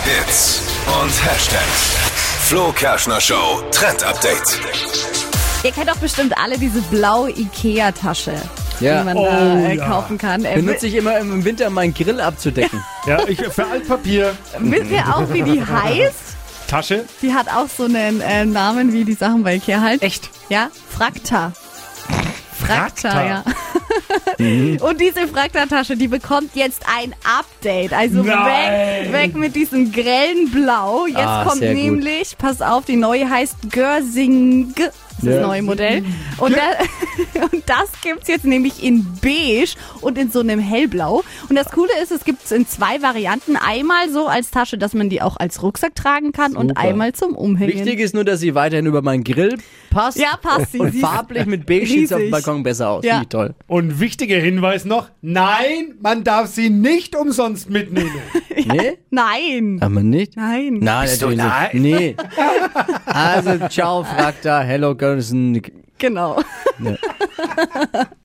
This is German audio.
Hits und Hashtags. Flo Kerschner Show Trend Update. Ihr kennt doch bestimmt alle diese blaue Ikea-Tasche, Ja. die man da kaufen kann. Benutze ich immer im Winter, um meinen Grill abzudecken. Ja, für Altpapier. Wisst ihr auch, wie die heißt? Tasche. Die hat auch so einen Namen wie die Sachen bei Ikea halt. Echt? Ja, Frakta. Frakta. Ja. Und diese Frakta-Tasche, die bekommt jetzt ein Update. Also weg mit diesem grellen Blau. Jetzt kommt sehr gut. nämlich, pass auf, die neue heißt Görsing. Das ist das neue Modell. Und, und das gibt's jetzt nämlich in beige und in so einem hellblau. Und das Coole ist, es gibt's in 2 Varianten. Einmal so als Tasche, dass man die auch als Rucksack tragen kann und einmal zum Umhängen. Wichtig ist nur, dass sie weiterhin über meinen Grill passt. Ja, passt sie. Und Sie ist farblich mit beige sieht es auf dem riesig. Balkon besser aus. Ja. Finde ich toll. Und wichtiger Hinweis noch, nein, man darf sie nicht umsonst mitnehmen. Nee? Nein. Aber nicht? Nein. Nein, Bist du natürlich nicht. Nee. Also, ciao, Frakta, hello, Gerson. Genau.